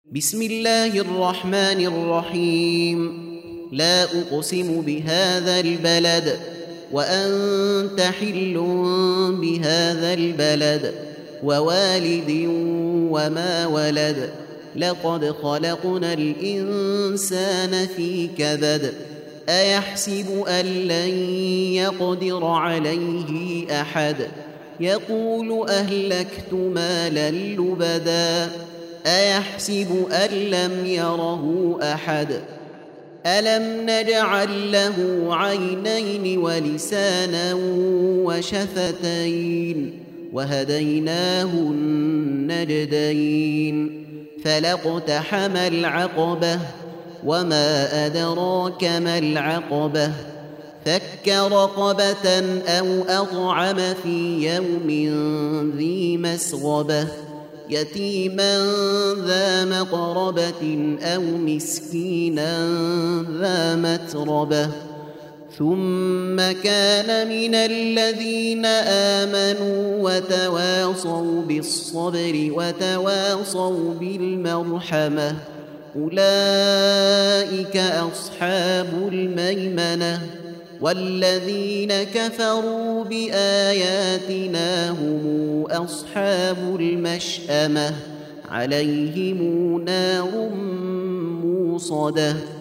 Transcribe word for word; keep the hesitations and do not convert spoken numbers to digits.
بسم الله الرحمن الرحيم. لا أقسم بهذا البلد وأنت حل بهذا البلد ووالد وما ولد. لقد خلقنا الإنسان في كبد. أيحسب أن لن يقدر عليه أحد. يقول أهلكت مالا لبدا. أيحسب أن لم يره أحد. ألم نجعل له عينين ولسانا وشفتين وهديناه النجدين. فلاقتحم العقبة وما أدراك ما العقبة. فك رقبة أو أطعم في يوم ذي مسغبة. يتيما ذا مقربة أو مسكينا ذا متربة. ثم كان من الذين آمنوا وتواصوا بالصبر وتواصوا بالمرحمة. أولئك أصحاب الميمنة. والذين كفروا بآياتنا هم أصحاب المشأمة. عليهم نار موصدة.